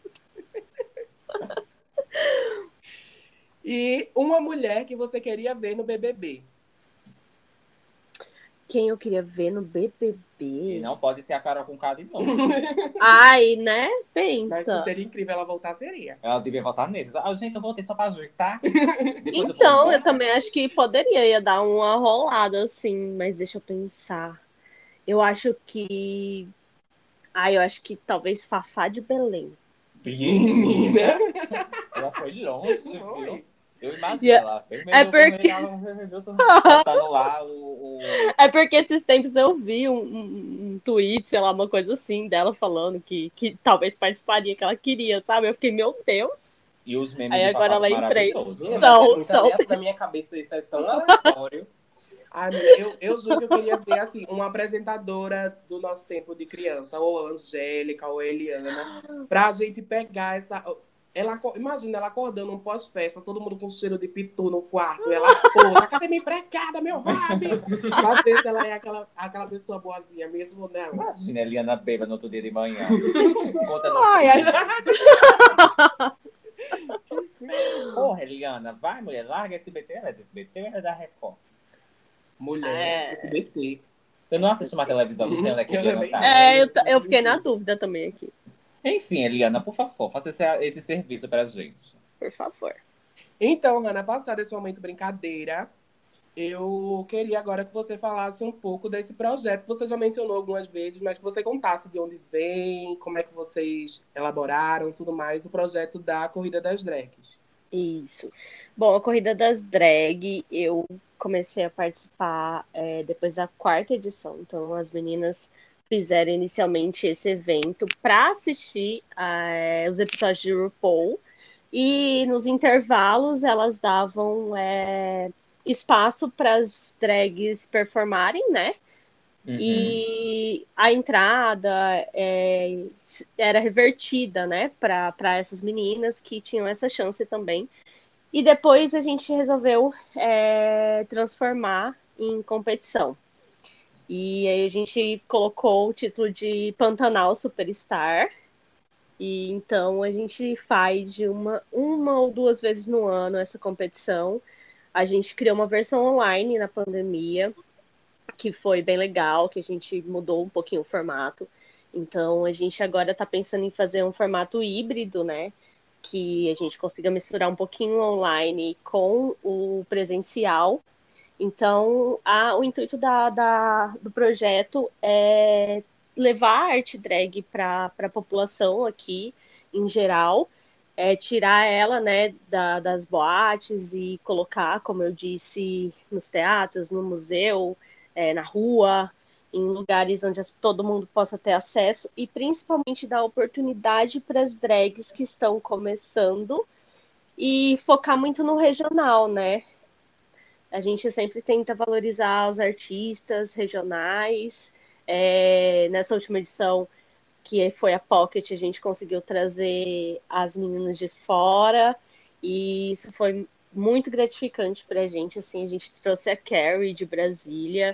E uma mulher que você queria ver no B B B. Quem eu queria ver no B B B? E não pode ser a Carol com K de novo. Ai, né? Mas que Pensa. seria incrível ela voltar, seria. Ela devia votar nesses. Ah, gente, eu voltei só pra ajeitar. Depois Então, vou eu embora. também acho que poderia ia dar uma rolada, assim, mas deixa eu pensar. Eu acho que. Ah, eu acho que talvez Fafá de Belém. Menina. Ela foi longe, Foi. viu? Eu imagino Yeah. ela. Vermelho, É porque- vermelho, ela vermelho, só botando lá o... o... É porque esses tempos eu vi um, um, um tweet, sei lá, uma coisa assim, dela falando que, que talvez participaria, que ela queria, sabe? Eu fiquei, meu Deus. E os memes Aí de agora Fafá são lembrei. maravilhosos. Menina, São- mas é muito são- aleatório. Na minha cabeça isso é tão aleatório. Ai, mulher, eu, eu juro que eu queria ver, assim, uma apresentadora do nosso tempo de criança, ou a Angélica, ou a Eliana, pra gente pegar essa... Ela, aco- imagina ela acordando um pós-festa, todo mundo com cheiro de pitu no quarto. Ela, pô, cadê minha empregada, meu hobby? Pra ver se ela é aquela, aquela pessoa boazinha mesmo ou não. Imagina a Eliana bêbada no outro dia de manhã. Conta no Ai, ai. Porra, Eliana, vai, mulher, larga esse B T. Ela é desse B T ou ela é da Record? Mulher, É. S B T. Eu não assisto mais televisão, não sei onde é que Eu Eliana também tá. não. É, eu, t- eu fiquei na dúvida também aqui. Enfim, Eliana, por favor, faça esse, esse serviço pra gente. Por favor. Então, Ana, passado esse momento brincadeira, eu queria agora que você falasse um pouco desse projeto que você já mencionou algumas vezes, mas que você contasse de onde vem, como é que vocês elaboraram, tudo mais, o projeto da Corrida das Drags. Isso. Bom, a Corrida das Drag, eu comecei a participar é, depois da quarta edição. Então, as meninas fizeram inicialmente esse evento para assistir é, os episódios de RuPaul. E nos intervalos, elas davam é, espaço para as drags performarem, né? Uhum. E a entrada é, era revertida, né, para essas meninas que tinham essa chance também. E depois a gente resolveu é, transformar em competição. E aí a gente colocou o título de Pantanal Superstar. E então a gente faz de uma, uma ou duas vezes no ano essa competição. A gente criou uma versão online na pandemia, que foi bem legal, que a gente mudou um pouquinho o formato. Então, a gente agora está pensando em fazer um formato híbrido, né? Que a gente consiga misturar um pouquinho online com o presencial. Então, a, o intuito da, da, do projeto é levar a arte drag para a população aqui, em geral, é, tirar ela, né, da, das boates e colocar, como eu disse, nos teatros, no museu, é, na rua, em lugares onde as, todo mundo possa ter acesso e principalmente dar oportunidade para as drags que estão começando e focar muito no regional, né? A gente sempre tenta valorizar os artistas regionais. É, nessa última edição, que foi a Pocket, a gente conseguiu trazer as meninas de fora e isso foi muito gratificante para a gente. Assim, a gente trouxe a Carrie de Brasília,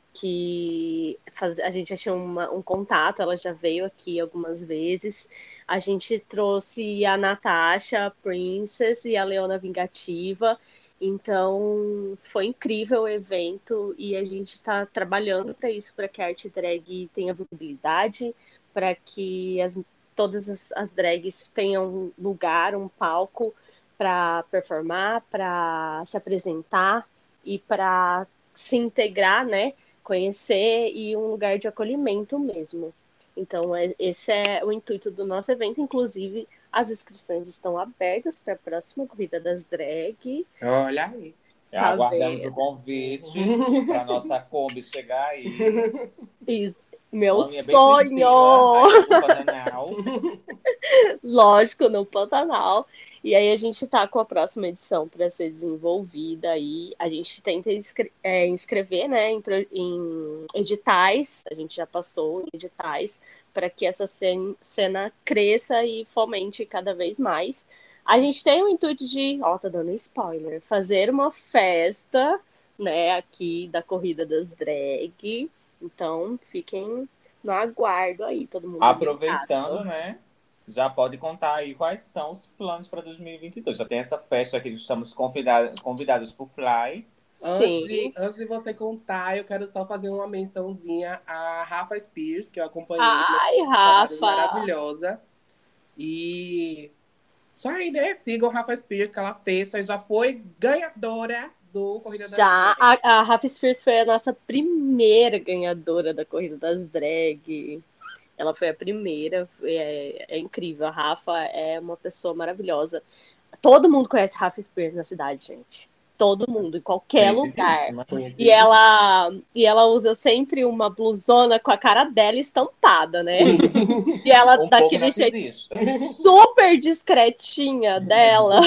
que faz, a gente já tinha uma, um contato, ela já veio aqui algumas vezes. A gente trouxe a Natasha, a Princess e a Leona Vingativa. Então, foi incrível o evento e a gente está trabalhando para isso, para que a arte drag tenha visibilidade, para que as, todas as, as drags tenham um lugar, um palco para performar, para se apresentar e para se integrar, né? Conhecer e um lugar de acolhimento mesmo. Então, é, esse é o intuito do nosso evento. Inclusive, as inscrições estão abertas para a próxima Corrida das Drag. Olha aí. Tá Aguardamos vendo? o convite para nossa Kombi chegar aí. Isso. Meu Maminha bem Priscila, sonho! aí no Pantanal. Lógico, no Pantanal. E aí a gente tá com a próxima edição para ser desenvolvida aí. A gente tenta inscre- é, inscrever, né, em, pro- em editais, a gente já passou em editais, para que essa cen- cena cresça e fomente cada vez mais. A gente tem o intuito de, ó, tá dando spoiler, fazer uma festa, né, aqui da Corrida das Drag. Então, fiquem no aguardo aí, todo mundo Aproveitando, ligado. né? Já pode contar aí quais são os planos para dois mil e vinte e dois. Já tem essa festa que estamos convida- convidados por Fly. Antes Sim. de, antes de você contar, eu quero só fazer uma mençãozinha a Rafa Spears, que eu acompanhei Ai, nessa temporada Rafa! maravilhosa. E só aí, né? Sigam Rafa Spears, que ela fez, já foi ganhadora do Corrida das Já Drag. a, a Rafa Spears foi a nossa primeira ganhadora da Corrida das Drag. Ela foi a primeira, é, é incrível. A Rafa é uma pessoa maravilhosa. Todo mundo conhece Rafa Spears na cidade, gente. Todo mundo, em qualquer lugar. Conhecidíssima. E ela, e ela usa sempre uma blusona com a cara dela estampada, né? E ela, Um pouco daquele jeito narcisista. super discretinha dela.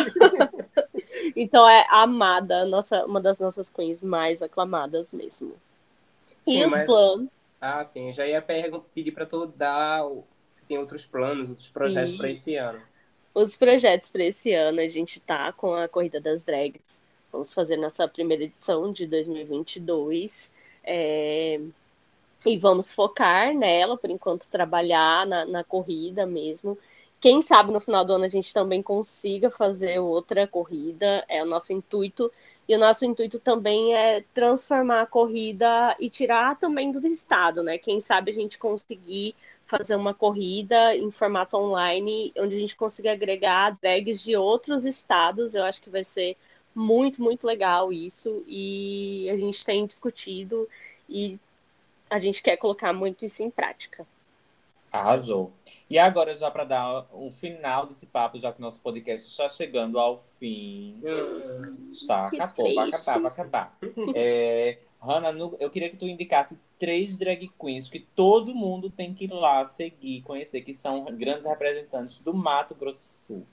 Então é amada, nossa, uma das nossas queens mais aclamadas mesmo. E Sim, os mas- planos? Ah, sim. Eu já ia pergun- pedir para tu dar o- se tem outros planos, outros projetos para Isso. esse ano. Os projetos para esse ano, a gente tá com a Corrida das Drags. Vamos fazer nossa primeira edição de dois mil e vinte e dois. É, E vamos focar nela, por enquanto, trabalhar na, na corrida mesmo. Quem sabe no final do ano a gente também consiga fazer outra corrida, é o nosso intuito. E o nosso intuito também é transformar a corrida e tirar também do estado, né? Quem sabe a gente conseguir fazer uma corrida em formato online, onde a gente consiga agregar drags de outros estados. Eu acho que vai ser muito, muito legal isso. E a gente tem discutido e a gente quer colocar muito isso em prática. Arrasou. E agora, já para dar o final desse papo, já que nosso podcast está chegando ao fim. Está, Que acabou, vai triste. acabar, vai acabar. É, Hannah, no- eu queria que tu indicasse três drag queens que todo mundo tem que ir lá seguir, conhecer, que são grandes representantes do Mato Grosso do Sul.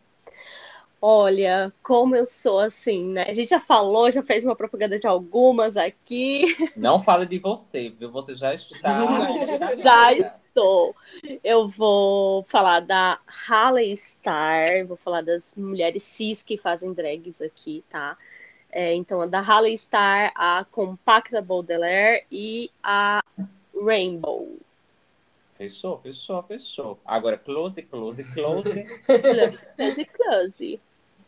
Olha, como eu sou assim, né? A gente já falou, já fez uma propaganda de algumas aqui. Não fale de você, viu? Você já está. Já estou. Eu vou falar da Halle Star, vou falar das mulheres cis que fazem drags aqui, tá? É, então, a da Halle Star, a Compacta Baudelaire e a Rainbow. Fechou, fechou, fechou. Agora, close, close, close. Close, close, close.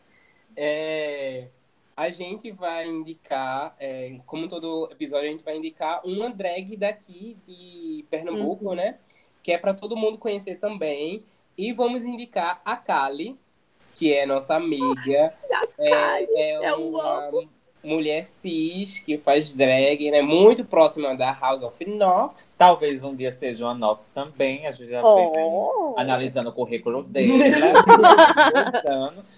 É, a gente vai indicar, é, como todo episódio, a gente vai indicar uma drag daqui de Pernambuco, Uhum. né? Que é para todo mundo conhecer também. E vamos indicar a Kali, que é nossa amiga. É, é eu uma amo. mulher cis que faz drag, né? Muito próxima da House of Knox. Talvez um dia seja uma Nox também. A gente já vem aí Oh. analisando o currículo dela. Dois anos.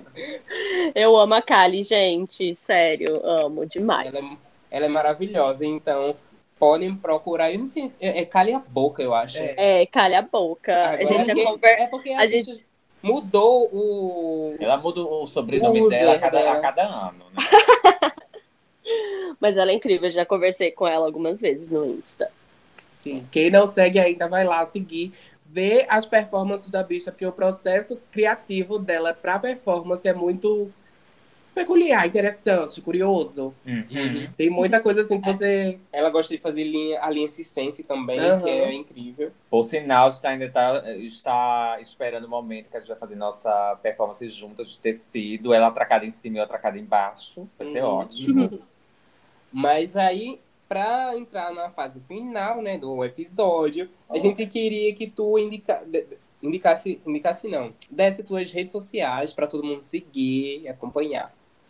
Eu amo a Kali, gente. Sério, amo demais. Ela é, ela é maravilhosa, então podem procurar. Eu não sei, é, é Kali a Boca, eu acho. É. É, calha a boca. Agora, a gente já porque- conver... É porque a, a gente gente- mudou o. Ela muda o sobrenome O dela a user cada, dela. a cada ano, né? Mas ela é incrível, eu já conversei com ela algumas vezes no Insta. Sim. Quem não segue ainda, vai lá seguir. Ver as performances da bicha, porque o processo criativo dela pra performance é muito peculiar, interessante, curioso. Uhum. Tem muita coisa assim que você... Ela gosta de fazer linha, a linha Cisense também, Aham. que é incrível. Por sinal, está, ainda está, está esperando o momento que a gente vai fazer nossa performance juntas de tecido. Ela atracada em cima e eu atracada embaixo. Vai ser Uhum. ótimo. Mas aí, pra entrar na fase final, né, do episódio, a gente queria que tu indica, de- indicasse, indicasse não, desse tuas redes sociais pra todo mundo seguir e acompanhar.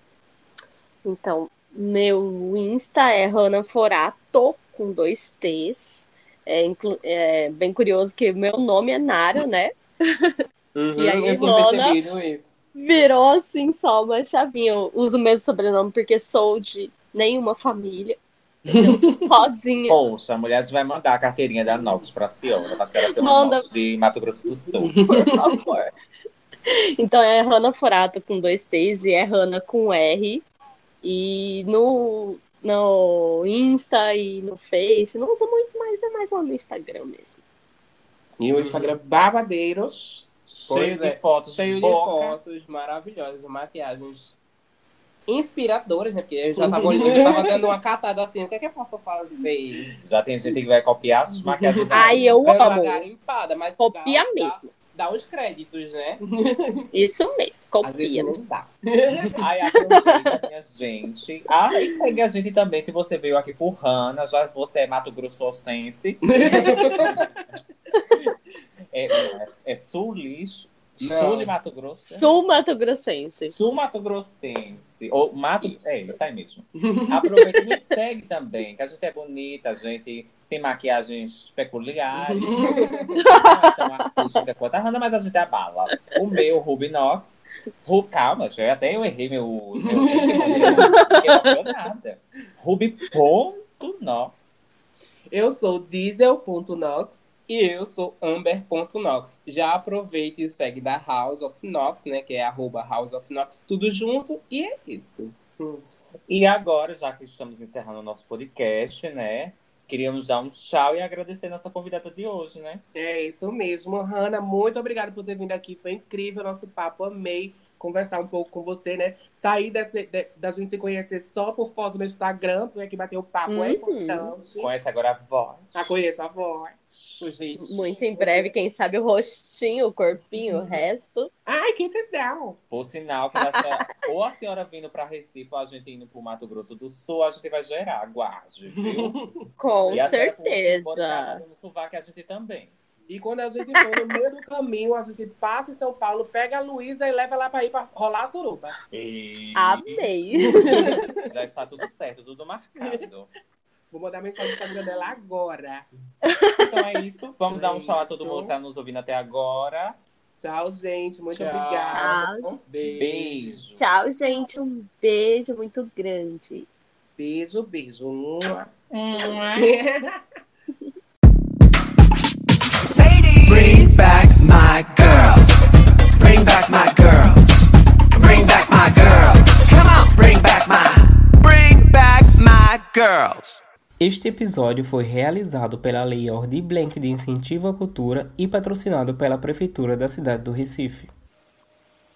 Então, meu Insta é Hannah Forato, com dois T's. É, inclu- é bem curioso que meu nome é Nara, né? Uhum, E aí, eu tinha Rona? percebido isso. Virou assim só uma chavinha. Eu uso o mesmo sobrenome porque sou de nenhuma família. Eu sou sozinha. Poxa, a mulher vai mandar a carteirinha da Nox pra senhora, pra senhora ser uma Manda. Nox de Mato Grosso do Sul. Por favor. Então é Hannah Forato com dois T's e é Hannah com R. E no, no Insta e no Face, não uso muito, mas é mais lá no Instagram mesmo. E o Instagram babadeiros. Cheio Pois de é, fotos cheio de boca. fotos maravilhosas, maquiagens inspiradoras, né? Porque eu já tava, olhando, eu tava dando uma catada assim, o que é que eu posso fazer? Já tem gente que vai copiar as maquiagens. Ai, eu Dando uma amo. garimpada, mas Copia dá, mesmo. Dá, dá uns créditos, né? Isso mesmo, Às vezes copia. não Não dá. Ai, aproveita, minha gente. Ah, e segue a gente também. Se você veio aqui por Hannah, já você é Mato Grossoense. é, é, é Sulis. Não. Sul de Mato Grosso. Sul Mato Grossense. Sul Mato Grossense. Ou Mato. É, isso aí mesmo. Aproveita e me segue também, que a gente é bonita, a gente tem maquiagens peculiares. Não é tão artística quanto a Hannah, mas a gente abala. O meu, Rubinox. Ru... Calma, já até eu errei meu. meu Fiquei emocionada. Ruby.nox. Eu sou diesel.nox. E eu sou amber.nox. Já aproveita e segue da House of Nox, né? Que é arroba House of Nox, tudo junto. E é isso. E agora, já que estamos encerrando o nosso podcast, né? Queríamos dar um tchau e agradecer a nossa convidada de hoje, né? É isso mesmo, Hannah. Muito obrigada por ter vindo aqui. Foi incrível o nosso papo. Amei conversar um pouco com você, né? Sair desse, de, da gente se conhecer só por foto no Instagram, porque aqui bater o papo Uhum. é importante. Conhece agora a voz. Já conheço a voz. Gente, Muito em breve, quem sabe o rostinho, o corpinho, o resto. Ai, que tesão! Por sinal, que a senhora, ou a senhora vindo para Recife, ou a gente indo para o Mato Grosso do Sul, a gente vai gerar. Aguarde, viu? Com E a senhora, por certeza. no sovaco, a gente também. E quando a gente for no meio do caminho, a gente passa em São Paulo, pega a Luísa e leva ela para ir para rolar a suruba. E... Amei. Já está tudo certo, tudo marcado. Vou mandar mensagem no Instagram dela agora. Então é isso. Vamos É dar um tchau a todo isso. mundo que está nos ouvindo até agora. Tchau, gente. Muito Tchau. obrigada. beijo. Beijo. Tchau, gente. Um beijo muito grande. Beijo, beijo. Bring back my girls. Bring back my girls. Bring back my girls. Come on, bring back my. Bring back my girls. Este episódio foi realizado pela Lei Aldir Blanc de Incentivo à Cultura e patrocinado pela Prefeitura da cidade do Recife.